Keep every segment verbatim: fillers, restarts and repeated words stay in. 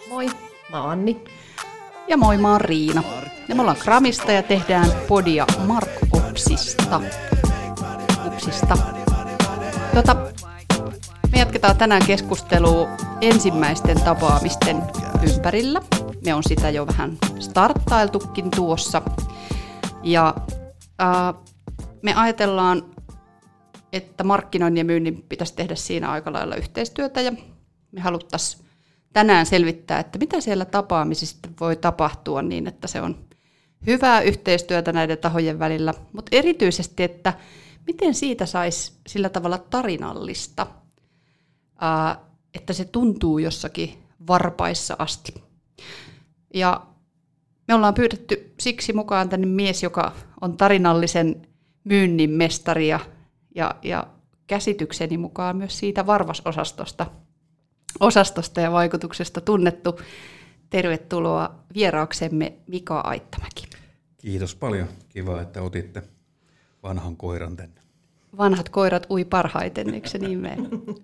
Moi, mä oon Anni. Ja moi, mä oon Riina. Ja me ollaan Gramista ja tehdään podia Mark-Opsista. Upsista. Tota, me jatketaan tänään keskustelua ensimmäisten tapaamisten ympärillä. Me on sitä jo vähän starttailtukin tuossa. Ja äh, me ajatellaan, että markkinoinnin ja myynnin pitäisi tehdä siinä aika lailla yhteistyötä. Ja me haluttaisiin tänään selvittää, että mitä siellä tapaamisista voi tapahtua niin, että se on hyvää yhteistyötä näiden tahojen välillä, mutta erityisesti, että miten siitä saisi sillä tavalla tarinallista, että se tuntuu jossakin varpaissa asti. Ja me ollaan pyydetty siksi mukaan tänne mies, joka on tarinallisen myynnin mestari ja, ja, ja käsitykseni mukaan myös siitä varvasosastosta osastosta ja vaikutuksesta tunnettu. Tervetuloa vieraaksemme Mika Aittamäki. Kiitos paljon. Kiva, että otitte vanhan koiran tänne. Vanhat koirat ui parhaiten, eikö se niin mene?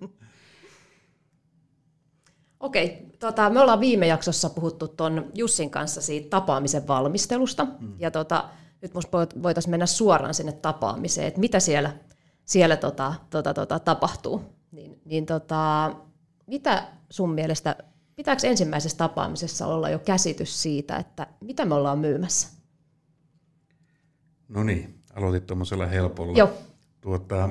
Okei, tota, me ollaan viime jaksossa puhuttu ton Jussin kanssa siitä tapaamisen valmistelusta. Mm. Ja tota, nyt musta voitaisiin mennä suoraan sinne tapaamiseen, että mitä siellä, siellä tota, tota, tota, tapahtuu. Niin, niin tota, mitä sun mielestä, pitääkö ensimmäisessä tapaamisessa olla jo käsitys siitä, että mitä me ollaan myymässä? No niin, aloitit tuommoisella helpolla. Joo. Tuota,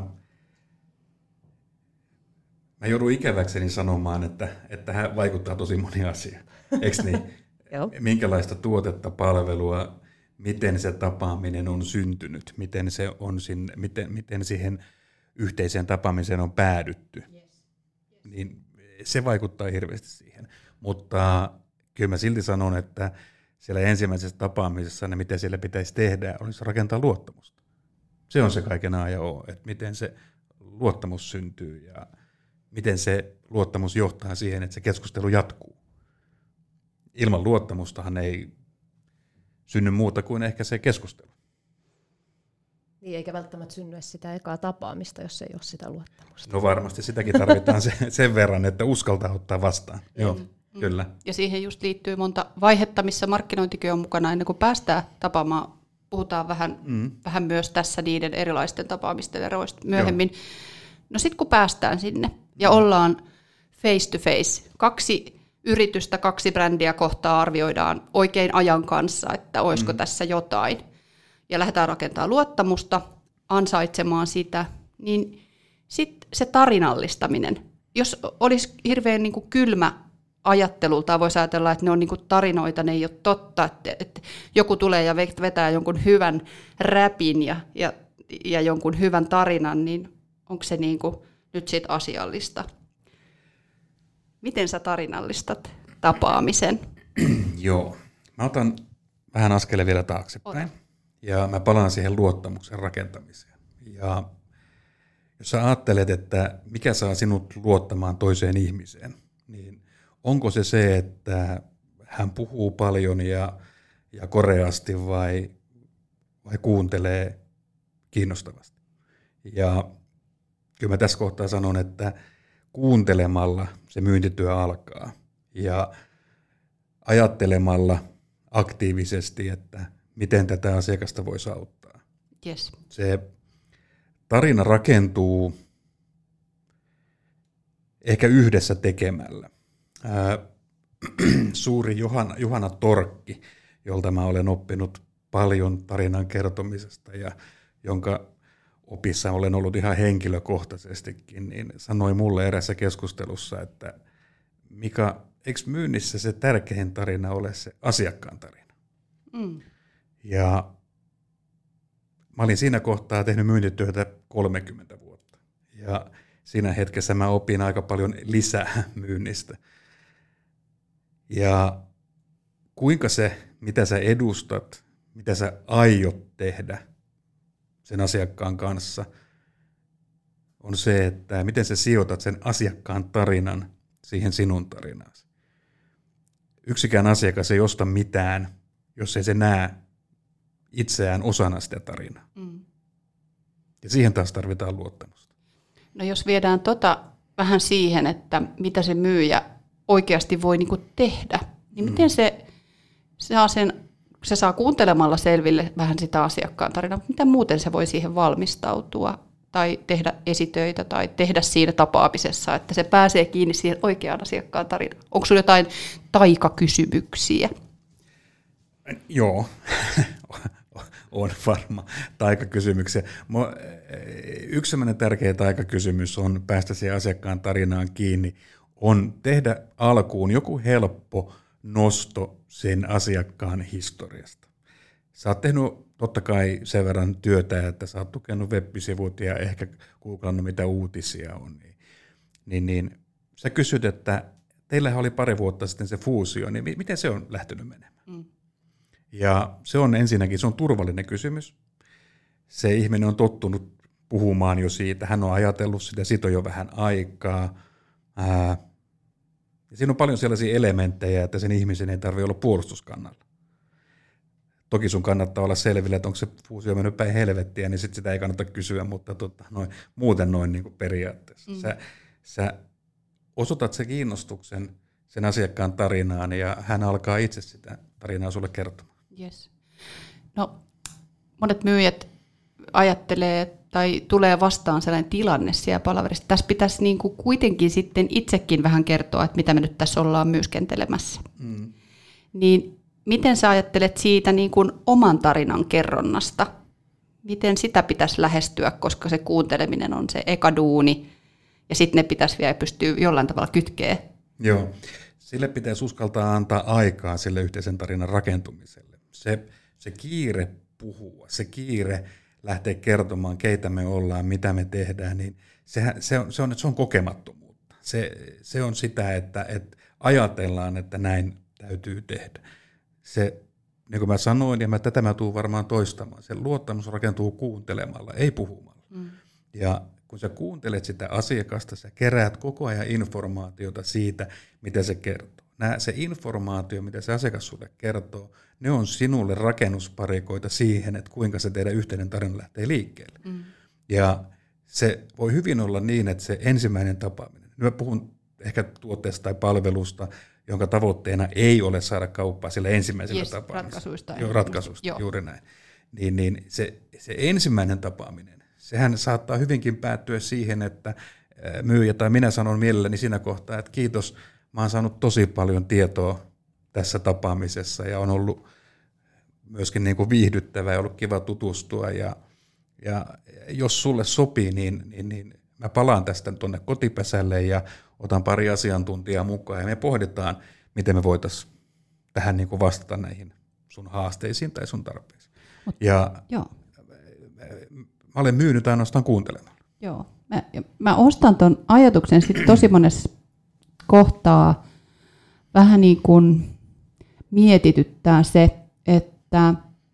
mä joudun ikäväkseni sanomaan, että, että tähän vaikuttaa tosi moni asia. Eikö niin? Joo. Minkälaista tuotetta, palvelua, miten se tapaaminen on syntynyt, miten, se on sinne, miten, miten siihen yhteiseen tapaamiseen on päädytty. Yes. Yes. Niin se vaikuttaa hirveästi siihen, mutta kyllä mä silti sanon, että siellä ensimmäisessä tapaamisessa ne mitä siellä pitäisi tehdä, olisi rakentaa luottamusta. Se on se kaiken A ja O, että miten se luottamus syntyy ja miten se luottamus johtaa siihen, että se keskustelu jatkuu. Ilman luottamustahan ei synny muuta kuin ehkä se keskustelu. Niin, eikä välttämättä synny sitä ekaa tapaamista, jos ei ole sitä luottamusta. No varmasti sitäkin tarvitaan sen verran, että uskaltaa ottaa vastaan. Mm. Joo, mm. kyllä. Ja siihen just liittyy monta vaihetta, missä markkinointikin on mukana. Ennen kuin päästään tapaamaan, puhutaan vähän, mm. vähän myös tässä niiden erilaisten tapaamisten eroista myöhemmin. Joo. No sitten kun päästään sinne ja mm. ollaan face to face, kaksi yritystä, kaksi brändiä kohtaa arvioidaan oikein ajan kanssa, että olisiko mm. tässä jotain. Ja lähdetään rakentamaan luottamusta, ansaitsemaan sitä, niin sitten se tarinallistaminen. Jos olisi hirveän niin kuin kylmä ajattelulta, voisi ajatella, että ne on niin kuin tarinoita, ne ei ole totta, että, että joku tulee ja vetää jonkun hyvän räpin ja, ja, ja jonkun hyvän tarinan, niin onko se niin kuin nyt sitten asiallista? Miten sä tarinallistat tapaamisen? Joo, mä otan vähän askeleen vielä taaksepäin. Ota. Ja mä palaan siihen luottamuksen rakentamiseen. Ja jos sä ajattelet, että mikä saa sinut luottamaan toiseen ihmiseen, niin onko se se, että hän puhuu paljon ja, ja koreasti vai, vai kuuntelee kiinnostavasti? Ja kyllä mä tässä kohtaa sanon, että kuuntelemalla se myyntityö alkaa ja ajattelemalla aktiivisesti, että miten tätä asiakasta voisi auttaa. Yes. Se tarina rakentuu ehkä yhdessä tekemällä. Ää, suuri Johanna, Johanna Torkki, jolta mä olen oppinut paljon tarinan kertomisesta ja jonka opissa olen ollut ihan henkilökohtaisestikin, niin sanoi mulle erässä keskustelussa, että Mika, eikö myynnissä se tärkein tarina ole se asiakkaan tarina? Mm. Ja mä olin siinä kohtaa tehnyt myyntityötä kolmekymmentä vuotta. Ja siinä hetkessä mä opin aika paljon lisää myynnistä. Ja kuinka se, mitä sä edustat, mitä sä aiot tehdä sen asiakkaan kanssa, on se, että miten sä sijoitat sen asiakkaan tarinan siihen sinun tarinaasi. Yksikään asiakas ei osta mitään, jos ei se näe itseään osana sitä tarinaa. Mm. Ja siihen taas tarvitaan luottamusta. No jos viedään tota vähän siihen, että mitä se myyjä oikeasti voi niinku tehdä niin miten se saa sen, se saa kuuntelemalla selville vähän sitä asiakkaan tarinaa, mutta miten muuten se voi siihen valmistautua tai tehdä esitöitä tai tehdä siinä tapaamisessa, että se pääsee kiinni siihen oikeaan asiakkaan tarinaan? Onko sinulla jotain taikakysymyksiä? Joo, on varma taikakysymyksiä. Yksi sellainen tärkeä taikakysymys on päästä siihen asiakkaan tarinaan kiinni, on tehdä alkuun joku helppo nosto sen asiakkaan historiasta. Sä oot tehnyt totta kai sen verran työtä, että sä oot tukenut web-sivut ja ehkä googlannut mitä uutisia on. Niin, niin, niin sä kysyt, että teillähän oli pari vuotta sitten se fuusio, niin miten se on lähtenyt menemään? Mm. Ja se on ensinnäkin, se on turvallinen kysymys. Se ihminen on tottunut puhumaan jo siitä, hän on ajatellut sitä, siitä on jo vähän aikaa. Ää, ja siinä on paljon sellaisia elementtejä, että sen ihmisen ei tarvitse olla puolustuskannalla. Toki sun kannattaa olla selvillä, että onko se fuusio mennyt päin helvettiä, niin sit sitä ei kannata kysyä, mutta tota, noin, muuten noin niin kuin periaatteessa. Mm. Sä, sä osoitat sen kiinnostuksen sen asiakkaan tarinaan ja hän alkaa itse sitä tarinaa sulle kertomaan. Yes. No, monet myyjät ajattelee tai tulee vastaan sellainen tilanne siellä palaverissa. Tässä pitäisi niin kuin kuitenkin sitten itsekin vähän kertoa, että mitä me nyt tässä ollaan myyskentelemässä. Mm. Niin miten sä ajattelet siitä niin kuin oman tarinan kerronnasta? Miten sitä pitäisi lähestyä, koska se kuunteleminen on se eka duuni ja sitten ne pitäisi vielä pystyä jollain tavalla kytkeä? Joo, sille pitäisi uskaltaa antaa aikaa sille yhteisen tarinan rakentumiselle. Se, se kiire puhua, se kiire lähteä kertomaan, keitä me ollaan, mitä me tehdään, niin sehän, se, on, se, on, se on kokemattomuutta. Se, se on sitä, että, että ajatellaan, että näin täytyy tehdä. Se, niin kuin mä sanoin, ja mä, tätä mä tuun varmaan toistamaan, se luottamus rakentuu kuuntelemalla, ei puhumalla. Mm. Ja kun sä kuuntelet sitä asiakasta, sä keräät koko ajan informaatiota siitä, mitä se kertoo. Nää, se informaatio, mitä se asiakas sulle kertoo, ne on sinulle rakennusparikoita siihen, että kuinka se teidän yhteinen tarina lähtee liikkeelle. Mm. Ja se voi hyvin olla niin, että se ensimmäinen tapaaminen, nyt mä puhun ehkä tuotteesta tai palvelusta, jonka tavoitteena ei ole saada kauppaa sillä ensimmäisellä yes, tapaamisella. Ratkaisuista. Joo, ratkaisuista, joo. Juuri näin. Niin, niin se, se ensimmäinen tapaaminen, sehän saattaa hyvinkin päättyä siihen, että myyjä tai minä sanon mielelläni siinä kohtaa, että kiitos, mä oon saanut tosi paljon tietoa tässä tapaamisessa ja on ollut myöskin niin kuin viihdyttävää ja ollut kiva tutustua. Ja, ja jos sulle sopii, niin, niin, niin mä palaan tästä tuonne kotipesälle ja otan pari asiantuntijaa mukaan ja me pohditaan, miten me voitaisiin tähän niin kuin vastata näihin sun haasteisiin tai sun tarpeisiin. Mut, ja joo. Mä olen myynyt ainoastaan kuuntelemaan. Joo, mä, mä ostan ton ajatuksen sitten tosi monessa kohtaa vähän niin kuin mietityttää se, että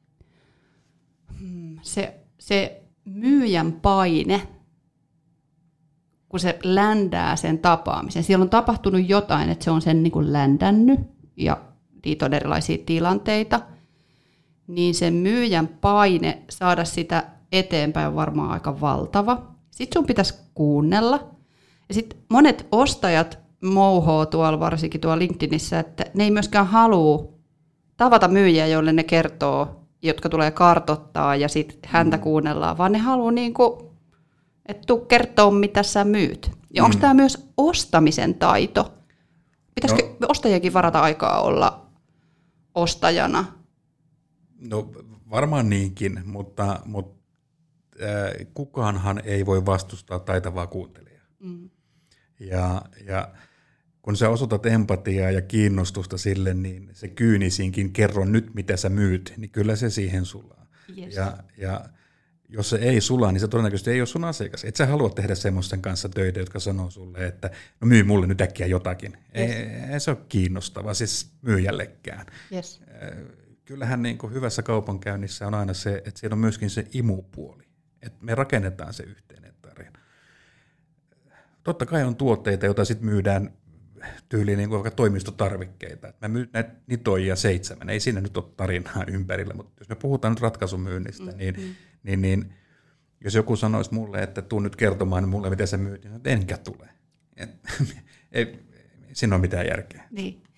se, se myyjän paine, kun se ländää sen tapaamisen, siellä on tapahtunut jotain, että se on sen niin kuin ländännyt ja niitä on erilaisia tilanteita, niin sen myyjän paine saada sitä eteenpäin on varmaan aika valtava. Sitten sun pitäisi kuunnella. Ja sitten monet ostajat mouhoo tuolla, varsinkin tuolla LinkedInissä, että ne ei myöskään halua tavata myyjiä, joille ne kertoo, jotka tulee kartoittaa ja sitten häntä mm. kuunnellaan, vaan ne haluaa niinku, että tuu kertoo, mitä sä myyt. Ja mm. onko tämä myös ostamisen taito? Pitäisikö no. ostajakin varata aikaa olla ostajana? No varmaan niinkin, mutta, mutta äh, kukaanhan ei voi vastustaa taitavaa kuuntelijaa. Mm. Ja, ja kun sä osoitat empatiaa ja kiinnostusta sille, niin se kyynisinkin kerro nyt, mitä sä myyt, niin kyllä se siihen sulaa. Yes. Ja, ja jos se ei sulaa, niin se todennäköisesti ei ole sun asiakas. Et sä halua tehdä semmoisten kanssa töitä, jotka sanoo sulle, että no myy mulle nyt äkkiä jotakin. Yes. Ei, ei se ole kiinnostavaa, siis myyjällekään. Yes. Kyllähän niin kuin hyvässä kaupankäynnissä on aina se, että siellä on myöskin se imupuoli. Että me rakennetaan se yhteinen tarina. Totta kai on tuotteita, joita sitten myydään tyyliin niin kuin vaikka toimistotarvikkeita. Mä myyn näitä nitoja seitsemän, ei siinä nyt ole tarinaa ympärillä, mutta jos me puhutaan nyt ratkaisunmyynnistä, mm-hmm. niin, niin, niin jos joku sanoisi mulle, että tuu nyt kertomaan mulle, mitä sä myyt, niin enkä tule. Et, ei, siinä on mitään järkeä. Niin.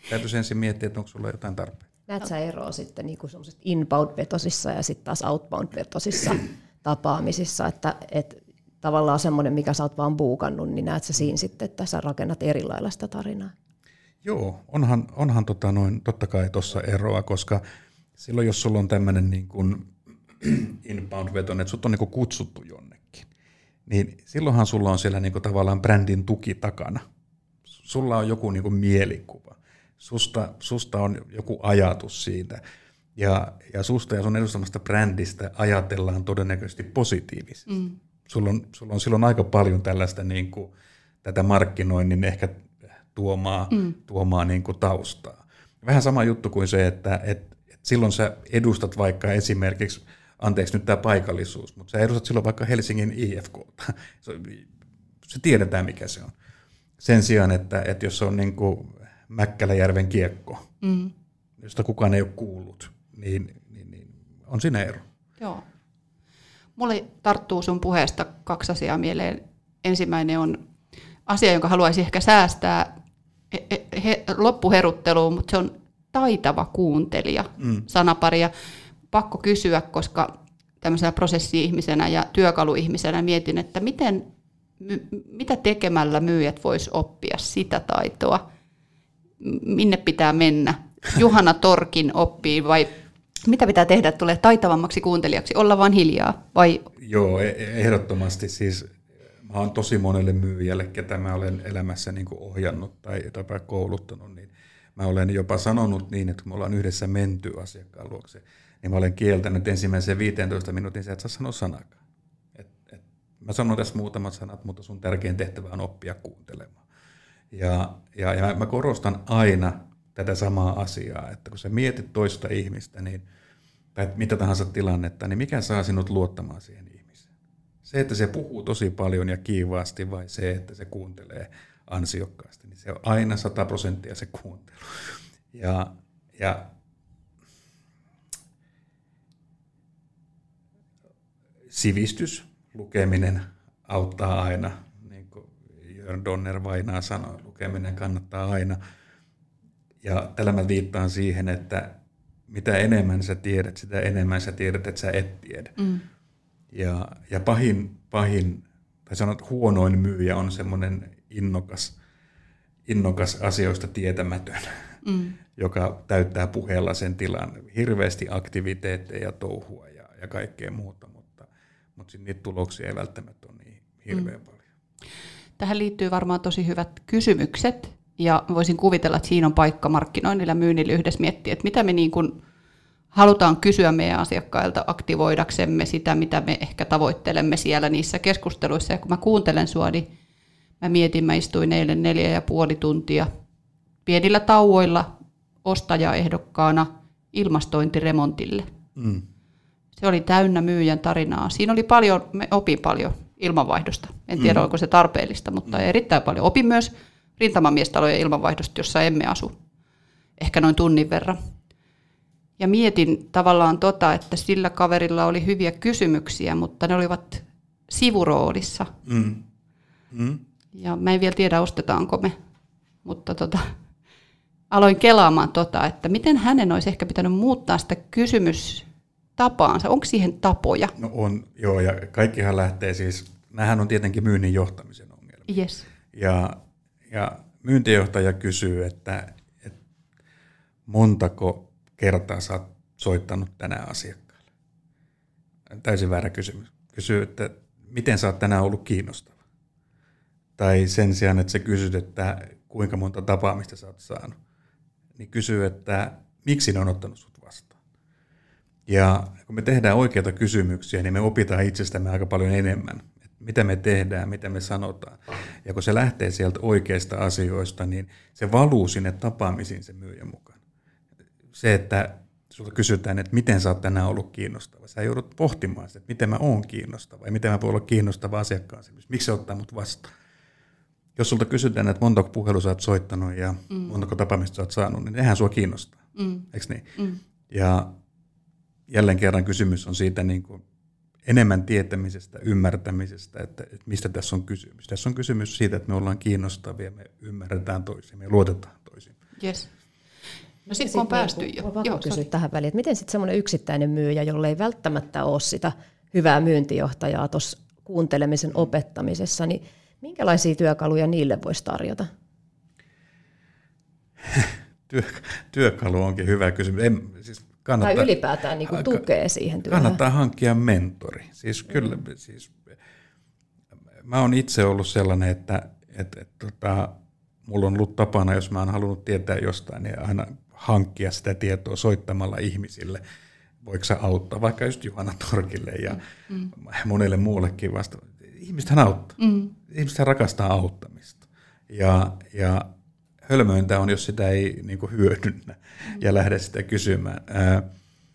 Täytyisi ensin miettiä, että onko sulla jotain tarpeita. Näet sä eroa sitten niin semmoisissa inbound-vetosissa ja sitten taas outbound-vetosissa tapaamisissa, että, että tavallaan semmoinen, mikä sä oot vaan buukannut, niin näet sä siinä sitten, että sä rakennat eri lailla sitä tarinaa? Joo, onhan, onhan tota noin, totta kai tuossa eroa, koska silloin jos sulla on tämmöinen niin kuin inbound-veto, että sut on niin kuin kutsuttu jonnekin, niin silloinhan sulla on siellä niin kuin tavallaan brändin tuki takana. Sulla on joku niin kuin mielikuva. Susta, susta on joku ajatus siitä, ja, ja susta ja sun edustamasta brändistä ajatellaan todennäköisesti positiivisesti. Mm. Sulla, on, sulla on silloin aika paljon tällaista niin kuin, tätä markkinoinnin ehkä tuomaa, mm. tuomaa niin kuin taustaa. Vähän sama juttu kuin se, että et, et silloin sä edustat vaikka esimerkiksi, anteeksi nyt tämä paikallisuus, mutta sä edustat silloin vaikka Helsingin I F K:ta. Se, se tiedetään, mikä se on. Sen sijaan, että, että jos on niin kuin Mäkkäläjärven Kiekko, mm. josta kukaan ei ole kuullut, niin, niin, niin on siinä ero. Joo. Mulle tarttuu sun puheesta kaksi asiaa mieleen. Ensimmäinen on asia, jonka haluaisin ehkä säästää he, he, loppuherutteluun, mutta se on taitava kuuntelija mm. sanaparia. Pakko kysyä, koska tämmöisenä prosessi-ihmisenä ja työkaluihmisenä mietin, että miten, my, mitä tekemällä myyjät vois oppia sitä taitoa, minne pitää mennä. Juhana Torkin oppii vai mitä pitää tehdä, että tulee taitavammaksi kuuntelijaksi, olla vaan hiljaa vai? Joo, ehdottomasti siis. Mä oon tosi monelle myyjälle, ketä mä olen elämässä niin kuin ohjannut tai jopa kouluttanut, niin mä olen jopa sanonut niin, että kun me ollaan yhdessä menty asiakkaan luokse, niin mä olen kieltänyt ensimmäisen viisitoista minuutin, että et saa sanoa sanakaan. Et, et, mä sanon tässä muutamat sanat, mutta sun tärkein tehtävä on oppia kuuntelemaan. Ja, ja, ja mä korostan aina tätä samaa asiaa, että kun sä mietit toista ihmistä, niin, tai mitä tahansa tilannetta, niin mikä saa sinut luottamaan siihen ihmiseen? Se, että se puhuu tosi paljon ja kiivaasti, vai se, että se kuuntelee ansiokkaasti, niin se on aina sata prosenttia se kuuntelu. Ja, ja sivistys, lukeminen auttaa aina, niin kuin Jörn Donner Vainaa sanoi, lukeminen kannattaa aina. Ja tällä mä viittaan siihen, että mitä enemmän sä tiedät, sitä enemmän sä tiedät, että sä et tiedä. Mm. Ja, ja pahin, pahin, tai sanot huonoin myyjä on semmoinen innokas, innokas asioista tietämätön, mm. joka täyttää puheella sen tilan. Hirveästi aktiviteetteja, touhua ja, ja kaikkea muuta, mutta, mutta sitten niitä tuloksia ei välttämättä ole niin hirveän mm. paljon. Tähän liittyy varmaan tosi hyvät kysymykset, ja voisin kuvitella, että siinä on paikka markkinoinnilla ja myynnillä yhdessä miettiä, että mitä me niin kuin halutaan kysyä meidän asiakkailta aktivoidaksemme sitä, mitä me ehkä tavoittelemme siellä niissä keskusteluissa. Ja kun mä kuuntelen sua, niin mä mietin, mä istuin eilen neljä ja puoli tuntia pienillä tauoilla ostajaehdokkaana ilmastointiremontille. Mm. Se oli täynnä myyjän tarinaa. Siinä oli paljon, me opin paljon ilmanvaihdosta. En tiedä, mm. onko se tarpeellista, mutta mm. erittäin paljon. Opin myös rintamamiestalojen ilmanvaihdosta, jossa emme asu. Ehkä noin tunnin verran. Ja mietin tavallaan tota, että sillä kaverilla oli hyviä kysymyksiä, mutta ne olivat sivuroolissa. Mm. Mm. Ja mä en vielä tiedä, ostetaanko me, mutta tota, aloin kelaamaan tota, että miten hänen olisi ehkä pitänyt muuttaa sitä kysymystapaansa. Onko siihen tapoja? No on, joo, ja kaikkihan lähtee siis, nämähän on tietenkin myynnin johtamisen ongelma. Yes. Ja, ja myyntijohtaja kysyy, että, että montako kertaa sä oot soittanut tänään asiakkaalle. Täysin väärä kysymys. Kysyy, että miten sä oot tänään ollut kiinnostava. Tai sen sijaan, että sä kysyt, että kuinka monta tapaamista sä oot saanut, niin kysyy, että miksi ne on ottanut sut vastaan. Ja kun me tehdään oikeita kysymyksiä, niin me opitaan itsestämme aika paljon enemmän. Että mitä me tehdään, mitä me sanotaan. Ja kun se lähtee sieltä oikeista asioista, niin se valuu sinne tapaamisiin se myyjän mukaan. Se, että sulta kysytään, että miten sä oot tänään ollut kiinnostava. Sä joudut pohtimaan sitä, että miten mä oon kiinnostava ja miten mä voin olla kiinnostava asiakkaan. Miksi se ottaa mut vastaan? Jos sulta kysytään, että montako puhelua sä oot soittanut ja mm. montako tapaamista sä oot saanut, niin eihän sua kiinnostaa. Mm. Eikö niin? Mm. Ja jälleen kerran kysymys on siitä niin kuin enemmän tietämisestä, ymmärtämisestä, että, että mistä tässä on kysymys. Tässä on kysymys siitä, että me ollaan kiinnostavia, me ymmärretään toisiin, me luotetaan toisiin. Yes. No sitten kun on päästy niin, jo. Joo, Joo, kysyä tähän väliin, että miten sitten semmoinen yksittäinen myyjä, jolla ei välttämättä ole sitä hyvää myyntijohtajaa tuossa kuuntelemisen opettamisessa, niin minkälaisia työkaluja niille voisi tarjota? Työ, työkalu onkin hyvä kysymys. En, siis kannattaa, tai ylipäätään niin kuin tukee siihen työhön. Kannattaa hankkia mentori. Siis kyllä, mm. siis, mä oon itse ollut sellainen, että et, et, tota, mulla on ollut tapana, jos mä oon halunnut tietää jostain, niin aina hankkia sitä tietoa soittamalla ihmisille. Voiko sä auttaa, vaikka just Juhana Torkille ja mm. monelle muullekin vasta. Ihmistähän auttaa. Mm. Ihmistähän rakastaa auttamista. Ja, ja hölmöintä on, jos sitä ei niin kuin hyödynnä mm. ja lähde sitä kysymään. Ää,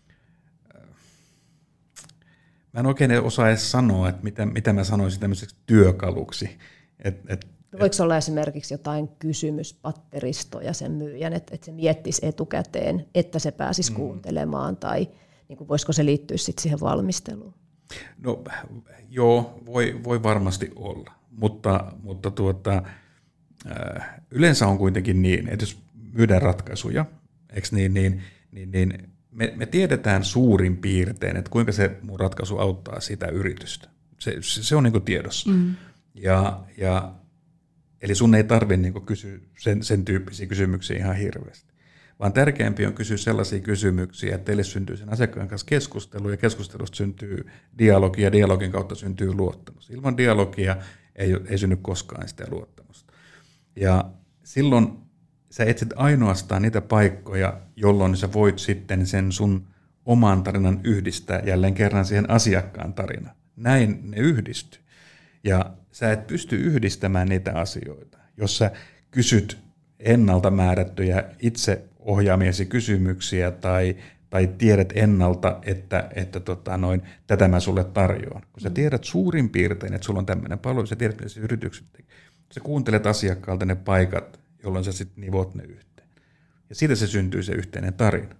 mä en oikein osaa edes sanoa, että mitä, mitä mä sanoisin tämmöiseksi työkaluksi. Et, et, Voiko et, olla esimerkiksi jotain kysymyspatteristoja sen myyjän, että, että se miettisi etukäteen, että se pääsisi mm. kuuntelemaan, tai niin kuin voisiko se liittyä sitten siihen valmisteluun? No joo, voi, voi varmasti olla, mutta, mutta tuota, äh, yleensä on kuitenkin niin, että jos myydään ratkaisuja, eikö niin, niin, niin, niin me, me tiedetään suurin piirtein, että kuinka se mun ratkaisu auttaa sitä yritystä. Se, se, se on niin kuin tiedossa. Mm. Ja, ja, eli sun ei tarvitse niin kysyä sen, sen tyyppisiä kysymyksiä ihan hirveästi, vaan tärkeämpi on kysyä sellaisia kysymyksiä, että teille syntyy sen asiakkaan kanssa keskustelu, ja keskustelusta syntyy dialogi, ja dialogin kautta syntyy luottamus. Ilman dialogia ei, ei synny koskaan sitä luottamusta. Ja silloin sä etsit ainoastaan niitä paikkoja, jolloin sä voit sitten sen sun oman tarinan yhdistää jälleen kerran siihen asiakkaan tarinaan. Näin ne yhdistyy. Ja sä et pysty yhdistämään niitä asioita, jos sä kysyt ennalta määrättyjä itse ohjaamiesi kysymyksiä tai, tai tiedät ennalta, että, että tota noin, tätä mä sulle tarjoan. Kun sä tiedät suurin piirtein, että sulla on tämmöinen palvelu, sä tiedät, mitä se yritykset tekee. Sä kuuntelet asiakkaalta ne paikat, jolloin sä sitten nivot ne yhteen. Ja siitä se syntyy se yhteinen tarina.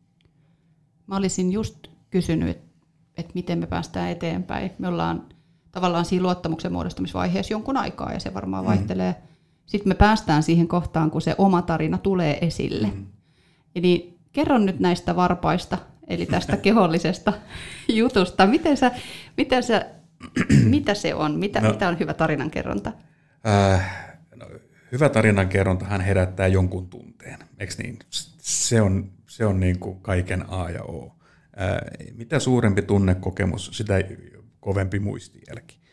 Mä olisin just kysynyt, että miten me päästään eteenpäin. Me ollaan tavallaan siinä luottamuksen muodostumisvaiheessa jonkun aikaa, ja se varmaan vaihtelee. Mm. Sitten me päästään siihen kohtaan, kun se oma tarina tulee esille. Mm. Eli kerro nyt näistä varpaista, eli tästä kehollisesta jutusta. Miten sä, miten sä, mitä se on? Mitä, no, mitä on hyvä tarinankerronta? Äh, no, hyvä tarinankerrontahan herättää jonkun tunteen, eikö niin? Se on, se on niin kuin kaiken A ja O. Äh, mitä suurempi tunnekokemus, sitä kovempi muistijälki.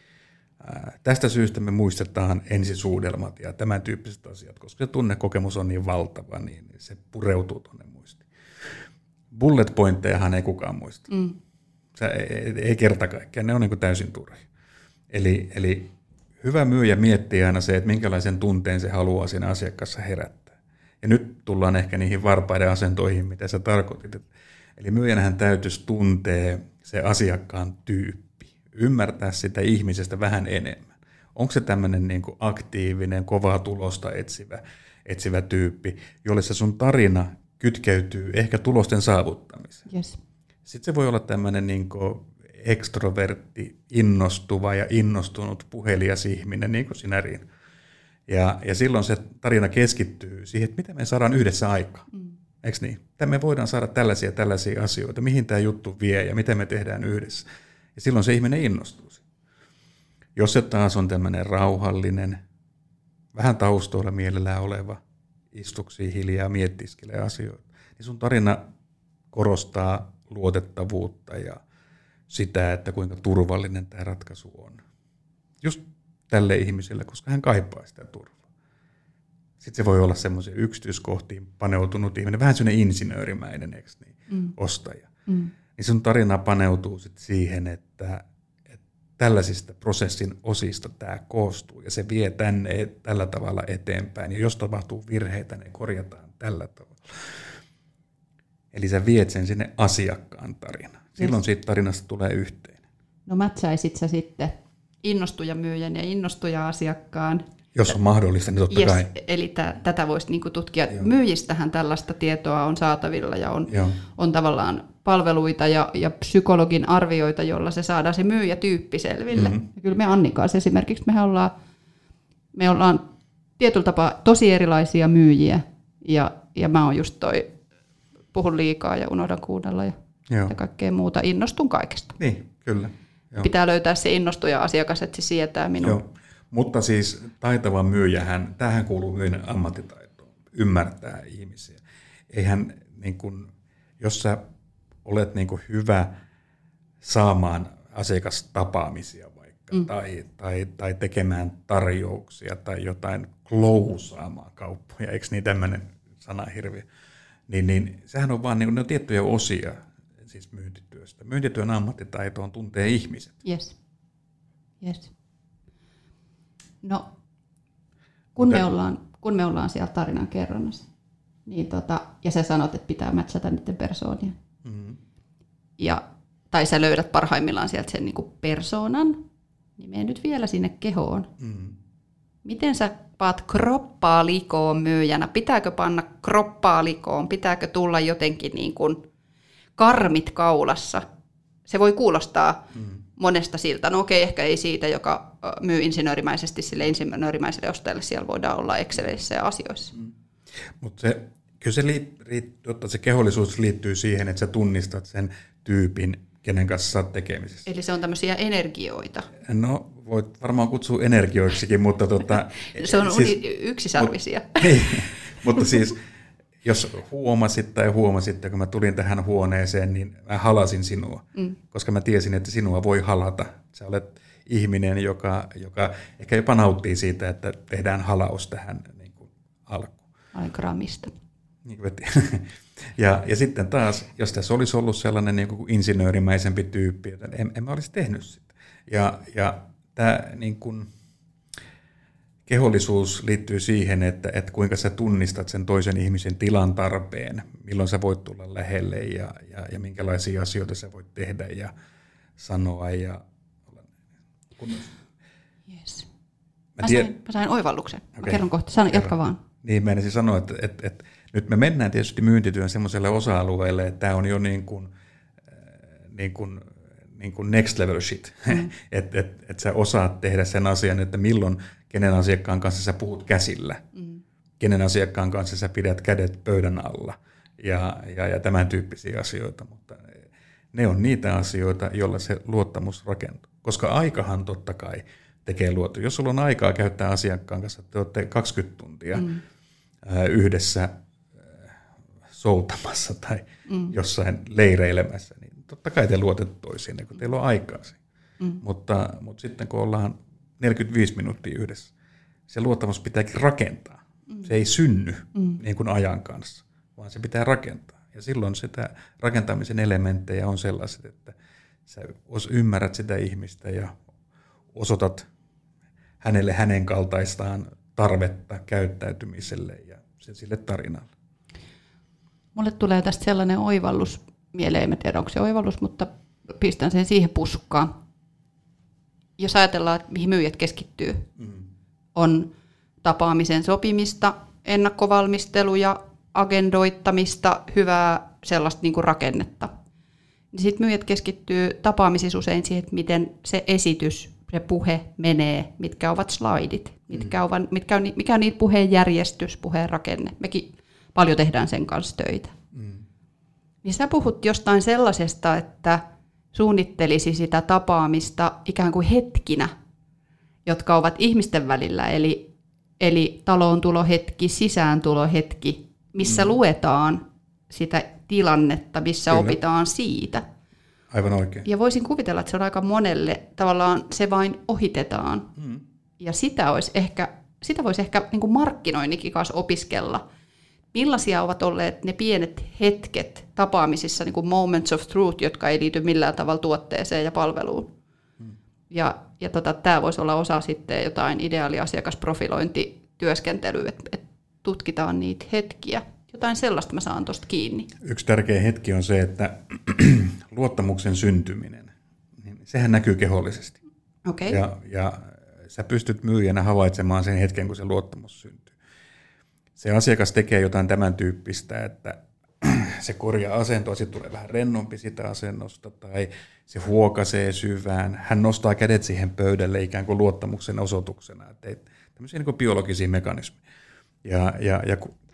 Tästä syystä me muistetaan ensisuudelmat ja tämän tyyppiset asiat, koska se tunnekokemus on niin valtava, niin se pureutuu tuonne muistiin. Bullet pointtejahan ei kukaan muista. Mm. Se ei, ei kerta kaikkiaan, ne on niin kuin täysin turhia. Eli, eli hyvä myyjä miettii aina se, että minkälaisen tunteen se haluaa siinä asiakkaassa herättää. Ja nyt tullaan ehkä niihin varpaiden asentoihin, mitä sä tarkoitit. Eli myyjänähän täytyisi tuntea se asiakkaan tyyppi. Ymmärtää sitä ihmisestä vähän enemmän. Onko se tämmöinen niin kuin aktiivinen, kovaa tulosta etsivä, etsivä tyyppi, jolle se sun tarina kytkeytyy ehkä tulosten saavuttamiseen. Yes. Sitten se voi olla tämmöinen niin kuin ekstrovertti, innostuva ja innostunut puhelias ihminen, niin kuin sinä, Riina. Ja, ja silloin se tarina keskittyy siihen, että mitä me saadaan yhdessä aikaan. Mm. Eikö niin? Että me voidaan saada tällaisia tällaisia asioita, mihin tämä juttu vie ja miten me tehdään yhdessä. Ja silloin se ihminen innostuu. Jos se taas on tämmöinen rauhallinen, vähän taustoilla mielellään oleva, istuksii hiljaa, miettiskelee asioita, niin sun tarina korostaa luotettavuutta ja sitä, että kuinka turvallinen tämä ratkaisu on. Just tälle ihmiselle, koska hän kaipaa sitä turvaa. Sitten se voi olla semmoisen yksityiskohtiin paneutunut ihminen, vähän semmoinen insinöörimäinen, eikö niin, mm. ostaja. Mm. Niin sun tarina paneutuu sitten siihen, että, että tällaisista prosessin osista tämä koostuu ja se vie tänne tällä tavalla eteenpäin. Ja jos tapahtuu virheitä, ne korjataan tällä tavalla. Eli sä viet sen sinne asiakkaan tarinaan. Silloin yes. siitä tarinasta tulee yhteinen. No mätsäisit sä sitten innostuja myyjän ja innostuja asiakkaan? Jos on mahdollista, niin totta yes, kai. Eli t- tätä voisi niinku tutkia. Joo. Myyjistähän tällaista tietoa on saatavilla ja on, on tavallaan palveluita ja, ja psykologin arvioita, jolla se saadaan se myyjätyyppi selville. Mm-hmm. Ja kyllä me Annikaan esimerkiksi, mehän ollaan, me ollaan tietyllä tapaa tosi erilaisia myyjiä ja, ja mä oon just toi puhun liikaa ja unohdan kuunnella ja, ja kaikkea muuta. Innostun kaikesta. Niin, kyllä. Joo. Pitää löytää se innostuja asiakas, että se sietää minua. Joo. Mutta siis taitava myyjähän, tähän kuuluu myynnin ammattitaitoon, ymmärtää ihmisiä. Eihän, niin kun, jos sä olet niin kun hyvä saamaan asiakastapaamisia vaikka, mm. tai, tai, tai tekemään tarjouksia tai jotain klousaamaan kauppoja, eikö niin tämmöinen sana hirviö, niin, niin sehän on vaan niin kun, ne on tiettyjä osia siis myyntityöstä. Myyntityön ammattitaito on tuntee ihmiset. Yes. Yes. No, kun me, ollaan, kun me ollaan siellä tarinan kerronnassa, niin tota, ja sä sanot, että pitää matchata niiden persoonia, mm-hmm. ja, tai sä löydät parhaimmillaan sieltä sen niin kuin persoonan, niin mene nyt vielä sinne kehoon. Mm-hmm. Miten sä paat kroppaa likoon myyjänä? Pitääkö panna kroppaa likoon? Pitääkö tulla jotenkin niin kuin karmit kaulassa? Se voi kuulostaa mm-hmm. monesta siltä. No okei, ehkä ei siitä, joka myy insinöörimäisesti sille insinöörimäiselle ostajalle. Siellä voidaan olla Excelissä ja asioissa. Mm. Mutta se, kyllä se, liit, se kehollisuus liittyy siihen, että sä tunnistat sen tyypin, kenen kanssa sä oot tekemisissä. Eli se on tämmöisiä energioita. No, voit varmaan kutsua energioiksikin, mutta... Tota, se on siis, yksisarvisia. Mut, ei, mutta siis... Jos huomasit tai huomasitte, kun mä tulin tähän huoneeseen, niin mä halasin sinua, mm. koska mä tiesin, että sinua voi halata. Sä olet ihminen, joka, joka ehkä jopa nauttii siitä, että tehdään halaus tähän niin kuin alkuun. Ai gramista. Niin ja, ja sitten taas, jos tässä olisi ollut sellainen niin kuin insinöörimäisempi tyyppi, että en, en mä olisi tehnyt sitä. Ja, ja tämä... Niin kuin, kehollisuus liittyy siihen, että, että kuinka sä tunnistat sen toisen ihmisen tilan tarpeen, milloin sä voit tulla lähelle ja, ja, ja minkälaisia asioita sä voit tehdä ja sanoa. Ja... Yes. Mä, mä, sain, mä sain oivalluksen. Okay. Mä kerron kohta. Sano, jatka vaan. Niin, mä ensin sanoa, että, että, että nyt me mennään tietysti myyntityön semmoiselle osa-alueelle, että tämä on jo niin kuin, niin kuin, niin kuin next level shit. Mm. että et, et sä osaat tehdä sen asian, että milloin kenen asiakkaan kanssa sä puhut käsillä, mm. kenen asiakkaan kanssa sä pidät kädet pöydän alla ja, ja, ja tämän tyyppisiä asioita, mutta ne on niitä asioita, joilla se luottamus rakentuu. Koska aikahan totta kai tekee luottamus. Jos sulla on aikaa käyttää asiakkaan kanssa, te olette kaksikymmentä tuntia mm. yhdessä soutamassa tai mm. jossain leireilemässä, niin totta kai te luotatte toisiinne, kun teillä on aikaa siinä. Mm. Mutta, mutta sitten kun ollaan neljäkymmentäviisi minuuttia yhdessä, se luottamus pitääkin rakentaa. Mm. Se ei synny mm. niin kuin ajan kanssa, vaan se pitää rakentaa. Ja silloin sitä rakentamisen elementtejä on sellaiset, että sä ymmärrät sitä ihmistä ja osoitat hänelle hänen kaltaistaan tarvetta käyttäytymiselle ja sille tarinalle. Mulle tulee tästä sellainen oivallus mieleen, en tiedä onko se oivallus, mutta pistän sen siihen puskaan. Jos ajatellaan, että mihin myyjät keskittyy, mm. on tapaamisen sopimista, ennakkovalmisteluja, agendoittamista, hyvää sellaista niin kuin rakennetta. Sitten myyjät keskittyy tapaamisissa usein siihen, että miten se esitys, se puhe menee, mitkä ovat slaidit, mitkä mm. on, mitkä on, mikä on niitä puheen järjestys, puheen rakenne. Mekin paljon tehdään sen kanssa töitä. Mm. Niin sä puhut jostain sellaisesta, että suunnittelisi sitä tapaamista ikään kuin hetkinä, jotka ovat ihmisten välillä, eli, eli taloontulohetki, sisääntulohetki, missä mm. luetaan sitä tilannetta, missä Kyllä. opitaan siitä. Aivan oikein. Ja voisin kuvitella, että se on aika monelle, tavallaan se vain ohitetaan. Mm. Ja sitä, olisi ehkä, sitä voisi ehkä niin kuin markkinoinnikin kanssa opiskella. Millaisia ovat olleet ne pienet hetket tapaamisissa, niin kuin moments of truth, jotka ei liity millään tavalla tuotteeseen ja palveluun. Hmm. Ja, ja tota, tämä voisi olla osa sitten jotain ideaaliasiakasprofilointityöskentelyä, että et tutkitaan niitä hetkiä. Jotain sellaista mä saan tuosta kiinni. Yksi tärkeä hetki on se, että luottamuksen syntyminen, niin sehän näkyy kehollisesti. Okay. Ja, ja sä pystyt myyjänä havaitsemaan sen hetken, kun se luottamus syntyy. Se asiakas tekee jotain tämän tyyppistä, että se korjaa asentoa, sitten tulee vähän rennompi sitä asennosta, tai se huokaisee syvään. Hän nostaa kädet siihen pöydälle ikään kuin luottamuksen osoituksena. Että tämmöisiä niin kuin biologisia mekanismeja. Ja, ja, ja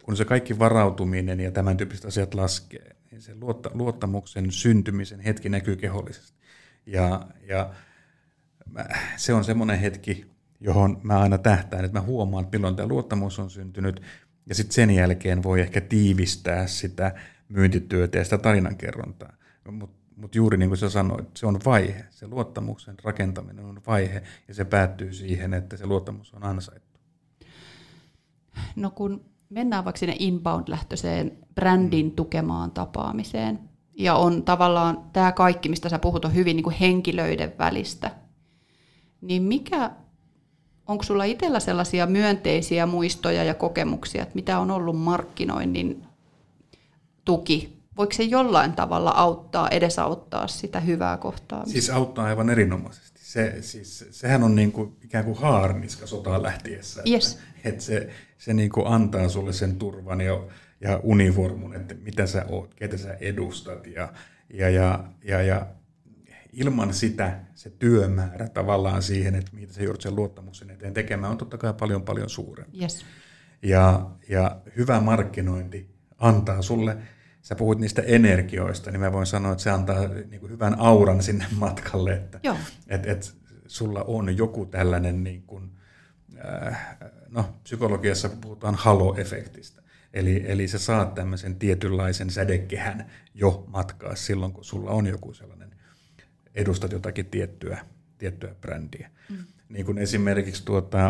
kun se kaikki varautuminen ja tämän tyyppiset asiat laskee, niin se luottamuksen syntymisen hetki näkyy kehollisesti. Ja, ja se on semmoinen hetki, johon mä aina tähtään, että mä huomaan, että milloin tämä luottamus on syntynyt, ja sitten sen jälkeen voi ehkä tiivistää sitä myyntityötä ja sitä tarinankerrontaa. Mutta mut juuri niin kuin sä sanoit, se on vaihe, se luottamuksen rakentaminen on vaihe, ja se päättyy siihen, että se luottamus on ansaittu. No kun mennään vaikka sinne inbound-lähtöiseen brändin tukemaan tapaamiseen, ja on tavallaan tämä kaikki, mistä sä puhut, on hyvin niin kuin henkilöiden välistä, niin mikä, onko sulla itsellä sellaisia myönteisiä muistoja ja kokemuksia, että mitä on ollut markkinoinnin tuki? Voiko se jollain tavalla auttaa, edesauttaa sitä hyvää kohtaa? Siis auttaa aivan erinomaisesti. Se, siis, sehän on niin kuin, ikään kuin haarniska sotaan lähtiessä. Yes. Että, että se se niin kuin antaa sulle sen turvan ja, ja univormun, että mitä sä oot, ketä sä edustat. Ja, ja, ja, ja, ja ilman sitä se työmäärä tavallaan siihen, että mitä sä joudut sen luottamuksen eteen tekemään, on totta kai paljon paljon suurempi. Yes. Ja, ja hyvä markkinointi antaa sulle, sä puhuit niistä energioista, niin mä voin sanoa, että se antaa niin kuin hyvän auran sinne matkalle, että et, et sulla on joku tällainen, niin kuin, äh, no psykologiassa puhutaan halo-efektistä, eli, eli sä saat tämmöisen tietynlaisen sädekehän jo matkaa silloin, kun sulla on joku sellainen, edustat jotakin tiettyä, tiettyä brändiä. Mm. Niin kuin esimerkiksi tuota,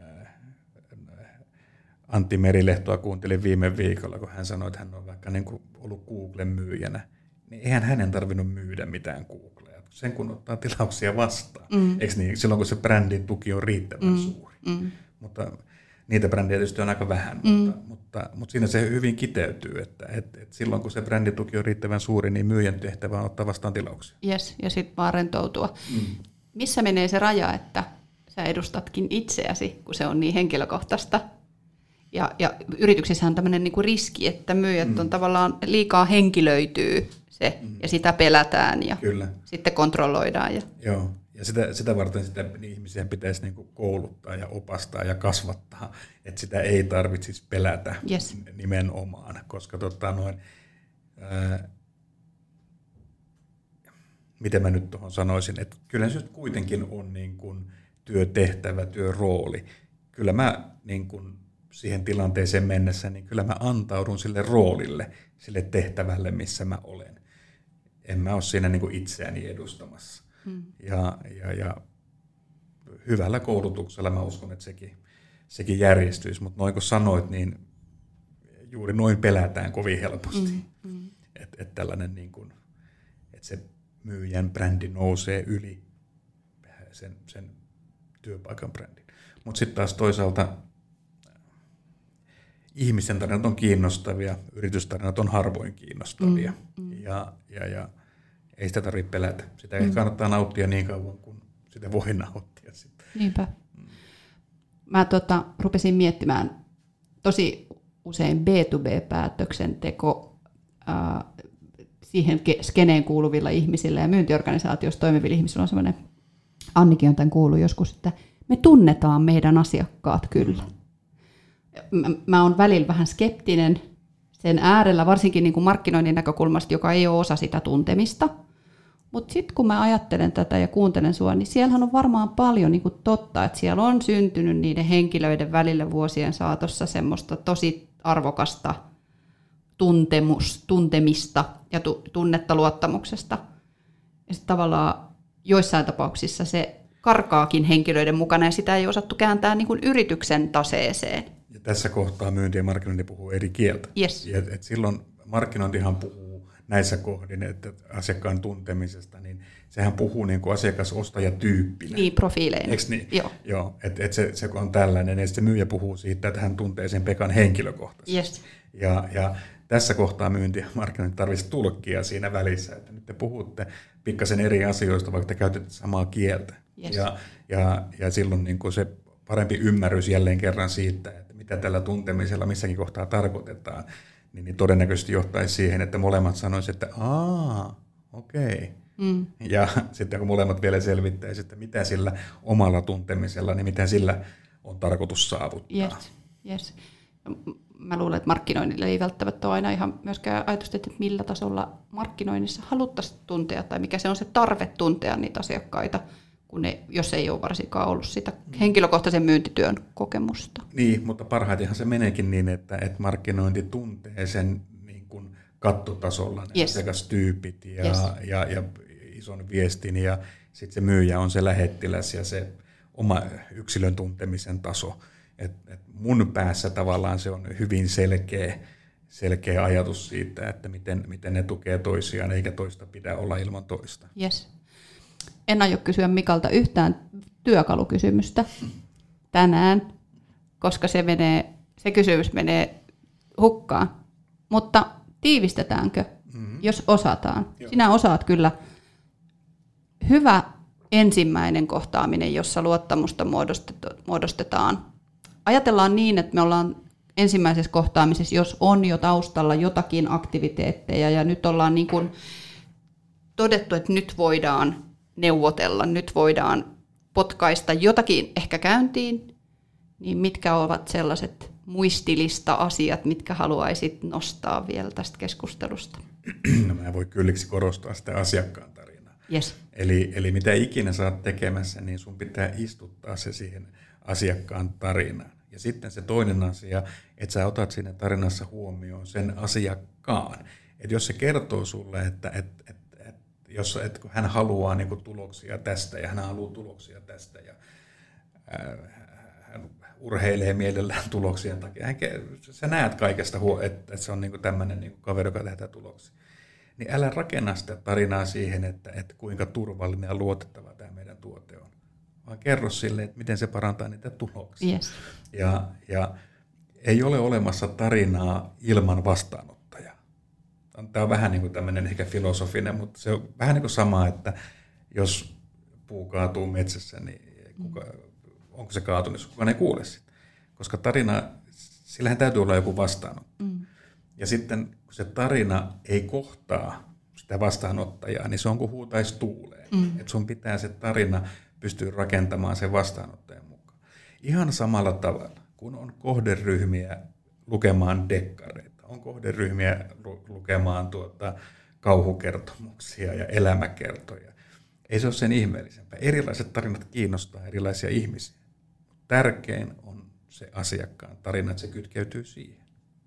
Antti Merilehtoa kuuntelin viime viikolla, kun hän sanoi, että hän on vaikka niin kuin ollut Googlen myyjänä, niin eihän hänen tarvinnut myydä mitään Googlea. Sen kun ottaa tilauksia vastaan, mm. eikö niin? Silloin kun se brändin tuki on riittävän mm. suuri. Mm. Mutta niitä brändejä tietysti on aika vähän, mm. mutta, mutta, mutta siinä se hyvin kiteytyy, että, että, että silloin kun se brändituki on riittävän suuri, niin myyjän tehtävä on ottaa vastaan tilauksia. Yes, ja sitten vaan rentoutua. Mm. Missä menee se raja, että sä edustatkin itseäsi, kun se on niin henkilökohtaista? Ja, ja yrityksissä on tämmöinen niinku riski, että myyjät mm. on tavallaan liikaa henkilöityy se, mm. ja sitä pelätään ja Kyllä. sitten kontrolloidaan. Ja... Joo, ja sitä, sitä varten sitä ihmisiä pitäisi niinku kouluttaa ja opastaa ja kasvattaa, että sitä ei tarvitsisi pelätä yes. nimenomaan, koska tota noin, ää, miten mä nyt tuohon sanoisin, että kyllä se kuitenkin on niin kuin työtehtävä, työrooli. Kyllä mä niin kuin siihen tilanteeseen mennessä, niin kyllä mä antaudun sille roolille, sille tehtävälle, missä mä olen. En mä ole siinä niin kuin itseäni edustamassa. Mm. Ja, ja, ja hyvällä koulutuksella mä uskon, että sekin, sekin järjestyisi, mutta noin kun sanoit, niin juuri noin pelätään kovin helposti. Mm. Mm. Että et tällainen, niin kuin, että se myyjän brändi nousee yli sen, sen työpaikan brändin. Mutta sitten taas toisaalta ihmisten tarinat on kiinnostavia, yritystarinat on harvoin kiinnostavia, mm, mm. Ja, ja, ja ei sitä tarvitse pelätä. Sitä mm. kannattaa nauttia niin kauan, kun sitä voi nauttia. Niinpä. Mm. Mä tota, rupesin miettimään tosi usein B to B-päätöksenteko äh, siihen skeneen kuuluvilla ihmisillä ja myyntiorganisaatiossa toimivilla ihmisillä on semmoinen, Annikin on tämän kuullut joskus, että me tunnetaan meidän asiakkaat kyllä. Mä, mä oon välillä vähän skeptinen sen äärellä, varsinkin niin kuin markkinoinnin näkökulmasta, joka ei ole osa sitä tuntemista. Mutta sitten kun mä ajattelen tätä ja kuuntelen sua, niin siellähän on varmaan paljon niin kuin totta, että siellä on syntynyt niiden henkilöiden välillä vuosien saatossa semmoista tosi arvokasta tuntemus, tuntemista ja tu, tunnetta luottamuksesta. Ja sitten tavallaan joissain tapauksissa se karkaakin henkilöiden mukana ja sitä ei osattu kääntää niin kuin yrityksen taseeseen. Ja tässä kohtaa myynti ja markkinointi puhuu eri kieltä. Yes. Et, et silloin markkinointihan puhuu näissä kohdin, että asiakkaan tuntemisesta, niin sehän puhuu niin kuin asiakas-ostajatyyppinä. Niin, profiileina. Eikö niin? Joo. Joo, että et se, se on tällainen, ja sitten myyjä puhuu siitä, että hän tuntee sen Pekan henkilökohtaisesti. Yes. Ja, ja tässä kohtaa myynti ja markkinointi tarvitsisi tulkkia siinä välissä, että nyt te puhutte pikkasen eri asioista, vaikka te käytätte samaa kieltä. Yes. Ja, ja, ja silloin niin kuin se parempi ymmärrys jälleen kerran siitä, että mitä tällä tuntemisella missäkin kohtaa tarkoitetaan, niin, niin todennäköisesti johtaisi siihen, että molemmat sanoisivat, että aa, okei. Okay. Mm. Ja sitten kun molemmat vielä selvittäisivät, että mitä sillä omalla tuntemisella, niin mitä sillä on tarkoitus saavuttaa. Yes. Yes. Mä luulen, että markkinoinnille ei välttämättä ole aina ihan myöskään ajatusta, että millä tasolla markkinoinnissa haluttaisiin tuntea tai mikä se on se tarve tuntea niitä asiakkaita, kun ne, jos ei ole varsinkaan ollut sitä henkilökohtaisen myyntityön kokemusta. Niin, mutta parhaitenhan se meneekin niin, että, että markkinointi tuntee sen niin kuin kattotasolla ne yes. asiakastyypit ja, yes. ja, ja ison viestin ja sitten se myyjä on se lähettiläs ja se oma yksilön tuntemisen taso. Et, et mun päässä tavallaan se on hyvin selkeä, selkeä ajatus siitä, että miten, miten ne tukee toisiaan, eikä toista pidä olla ilman toista. Yes. En aio kysyä Mikalta yhtään työkalukysymystä tänään, koska se, menee, se kysymys menee hukkaan. Mutta tiivistetäänkö, mm-hmm. jos osataan? Joo. Sinä osaat kyllä. Hyvä ensimmäinen kohtaaminen, jossa luottamusta muodostetaan. Ajatellaan niin, että me ollaan ensimmäisessä kohtaamisessa, jos on jo taustalla jotakin aktiviteetteja ja nyt ollaan niin kuin todettu, että nyt voidaan neuvotella, nyt voidaan potkaista jotakin ehkä käyntiin, niin mitkä ovat sellaiset muistilista-asiat, mitkä haluaisit nostaa vielä tästä keskustelusta? No mä voin kylliksi korostaa sitä asiakkaan tarinaa. Yes. Eli, eli mitä ikinä sä oot tekemässä, niin sun pitää istuttaa se siihen asiakkaan tarinaan. Ja sitten se toinen asia, että sä otat siinä tarinassa huomioon sen asiakkaan. Että jos se kertoo sulle, että et, et, et, jos, et, kun hän haluaa niin kuin tuloksia tästä ja hän haluaa tuloksia tästä ja ää, hän urheilee mielellään tuloksien takia. Hän, sä näet kaikesta, että, että se on niin kuin tämmöinen niin kuin kaveri, joka tehdään tuloksia. Niin älä rakenna sitä tarinaa siihen, että, että kuinka turvallinen ja luotettava tämä meidän tuote on. Vaan kerro sille, että miten se parantaa niitä tuloksia. Yes. Ja, ja ei ole olemassa tarinaa ilman vastaanottajaa. Tämä on vähän niin kuin tämmöinen ehkä filosofinen, mutta se on vähän niin kuin sama, että jos puu kaatuu metsässä, niin kuka, onko se kaatunut, kukaan ei kuule sitä. Koska tarina, sillähän täytyy olla joku vastaanottaja. Mm. Ja sitten kun se tarina ei kohtaa sitä vastaanottajaa, niin se on kuin huutaisi tuuleen. Mm. Että sun pitää se tarina pystyy rakentamaan sen vastaanottajan mukaan. Ihan samalla tavalla, kun on kohderyhmiä lukemaan dekkareita, on kohderyhmiä lukemaan tuota kauhukertomuksia ja elämäkertoja. Ei se ole sen ihmeellisempää. Erilaiset tarinat kiinnostaa erilaisia ihmisiä. Tärkein on se asiakkaan tarina, että se kytkeytyy siihen.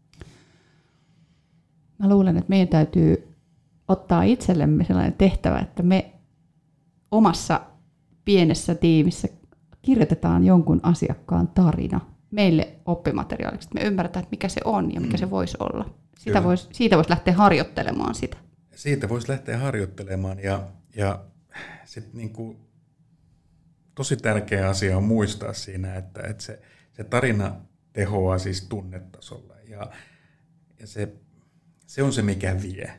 Mä luulen, että meidän täytyy ottaa itsellemme sellainen tehtävä, että me omassa pienessä tiimissä kirjoitetaan jonkun asiakkaan tarina meille oppimateriaaliksi, että me ymmärretään, että mikä se on ja mikä mm. se voisi olla. Sitä vois, siitä voisi lähteä harjoittelemaan sitä. Siitä voisi lähteä harjoittelemaan ja, ja sit niinku, tosi tärkeä asia on muistaa siinä, että, että se, se tarina tehoaa siis tunnetasolla ja, ja se, se on se, mikä vie.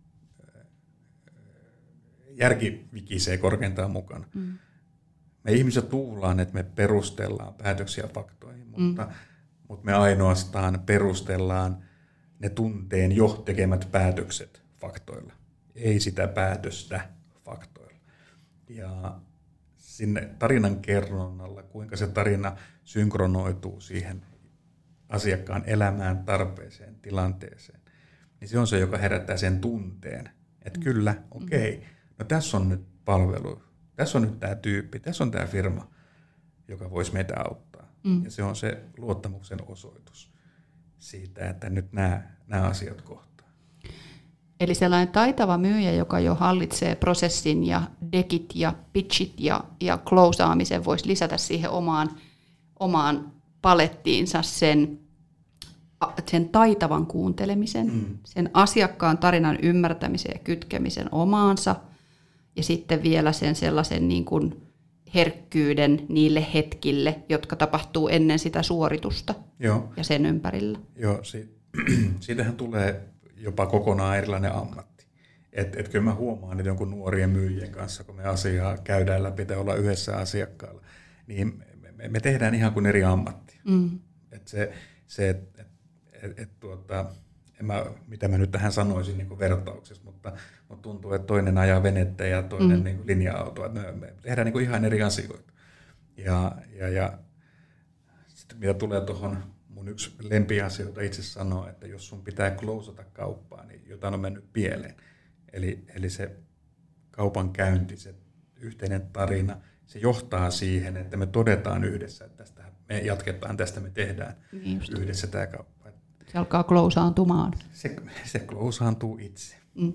Järki vikisee korkeintaan mukana. Mm. Me ihmiset luullaan, että me perustellaan päätöksiä faktoihin, mutta, mm. mutta me ainoastaan perustellaan ne tunteen jo tekemät päätökset faktoilla. Ei sitä päätöstä faktoilla. Ja sinne tarinan kerronnalla, kuinka se tarina synkronoituu siihen asiakkaan elämään, tarpeeseen, tilanteeseen, niin se on se, joka herättää sen tunteen, että mm. kyllä, okei, okay, no tässä on nyt palvelu, tässä on nyt tämä tyyppi, tässä on tämä firma, joka voisi meitä auttaa. Mm. Ja se on se luottamuksen osoitus siitä, että nyt nämä, nämä asiat kohtaa. Eli sellainen taitava myyjä, joka jo hallitsee prosessin ja dekit ja pitchit ja, ja closeaamisen, voisi lisätä siihen omaan, omaan palettiinsa sen, sen taitavan kuuntelemisen, mm. sen asiakkaan tarinan ymmärtämisen ja kytkemisen omaansa, ja sitten vielä sen sellaisen niin kuin herkkyyden niille hetkille, jotka tapahtuu ennen sitä suoritusta. Joo. Ja sen ympärillä. Joo, si- siitähän tulee jopa kokonaan erilainen ammatti. Että et kyllä mä huomaan, että jonkun nuorien myyjien kanssa, kun me asiaa käydään läpi, pitää olla yhdessä asiakkaalla, niin me, me tehdään ihan kuin eri ammatti. Mm. Että se, se että et, et, tuota, en mä, mitä mä nyt tähän sanoisin niin kuin vertauksessa, mutta, mutta tuntuu, että toinen ajaa venettä ja toinen mm. niin kuin linja-autoa. Me, me tehdään niin kuin ihan eri asioita. Ja, ja, ja sitten mitä tulee tuohon mun yksi lempiasioita itse sanoo, että jos sun pitää closata kauppaa, niin jotain on mennyt pieleen. Eli, eli se kaupan käynti, se yhteinen tarina, se johtaa siihen, että me todetaan yhdessä, että tästä me jatketaan, tästä me tehdään niin yhdessä tämä kauppa. Se alkaa closeaantumaan. Se, se closeaantuu itse. Mm.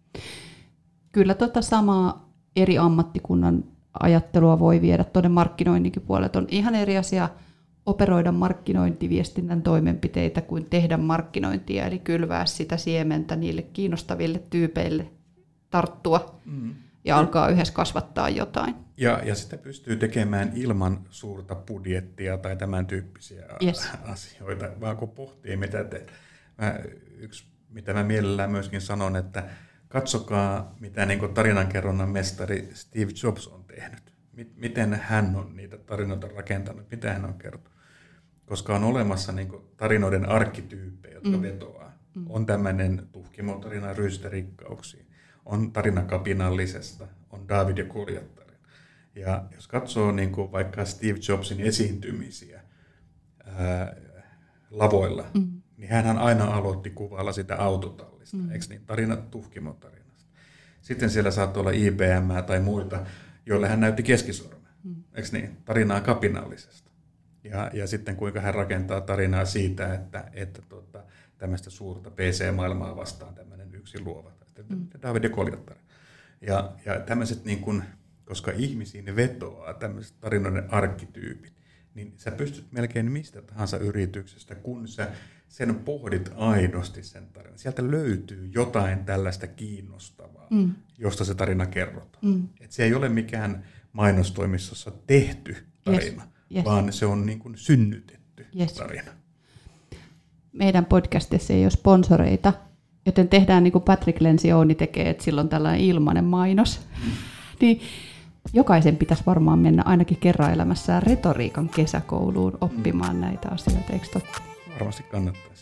Kyllä tota samaa eri ammattikunnan ajattelua voi viedä tuonne markkinoinninkin puolelle. On ihan eri asia operoida markkinointiviestinnän toimenpiteitä kuin tehdä markkinointia, eli kylvää sitä siementä niille kiinnostaville tyypeille, tarttua mm. ja mm. alkaa yhdessä kasvattaa jotain. Ja, ja sitä pystyy tekemään ilman suurta budjettia tai tämän tyyppisiä yes. asioita, vaan kun pohtii, mitä te... Mä, yksi, mitä mä mielellään myöskin sanon, että katsokaa, mitä niin kuin tarinankerronnan mestari Steve Jobs on tehnyt. Miten hän on niitä tarinoita rakentanut, mitä hän on kertonut. Koska on olemassa niin kuin tarinoiden arkkityyppejä, jotka mm. vetoaa. Mm. On tämmöinen tuhkimotarina ryysterikkauksiin. On tarina kapinallisesta. On David ja Goljat tarina. Ja jos katsoo niin kuin vaikka Steve Jobsin esiintymisiä ää, lavoilla, mm. niin hän aina aloitti kuvalla sitä autotallista. Mm. Eikö niin? Tarina tuhkimotarinasta. Sitten siellä saattoi olla I B M tai muita, joille hän näytti keskisormen. Mm. Eikö niin? Tarinaa kapinallisesta. Ja, ja sitten kuinka hän rakentaa tarinaa siitä, että, että tota, tämmöistä suurta P C-maailmaa vastaan tämmöinen yksi luova. Mm. David ja Goljat tarina. Ja, ja tämmöiset, niin kun, koska ihmisiin vetoaa tämmöiset tarinoiden arkkityypit, niin sä pystyt melkein mistä tahansa yrityksestä, kun sä sen pohdit aidosti sen tarinan. Sieltä löytyy jotain tällaista kiinnostavaa, mm. josta se tarina kerrotaan. Mm. Et se ei ole mikään mainostoimistossa tehty tarina, yes. Yes. vaan se on niin kuin synnytetty yes. tarina. Meidän podcastissa ei ole sponsoreita, joten tehdään niin kuin Patrick Lencioni tekee, että silloin tällainen ilmainen mainos. Mm. niin jokaisen pitäisi varmaan mennä ainakin kerran elämässään retoriikan kesäkouluun oppimaan mm. näitä asioita, eikö totta? Varmasti kannattaisi.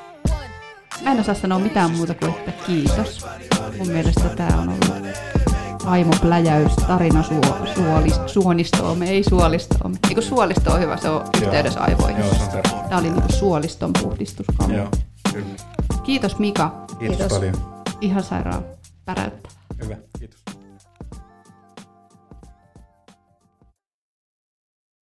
Mä en osaa sanoa mitään muuta kuin, että kiitos. Mun mielestä tää on ollut aimopläjäys, tarina suo, suolis, suonistoomme, ei suolistoomme. Eikö suolisto on hyvä, se on yhteydessä aivoihin. Joo, se on tärkeä. Tää oli niinku suoliston puhdistuskamu. Joo, kyllä. Kiitos Mika. Kiitos, kiitos paljon. Ihan sairaan päräyttävää. Hyvä, kiitos.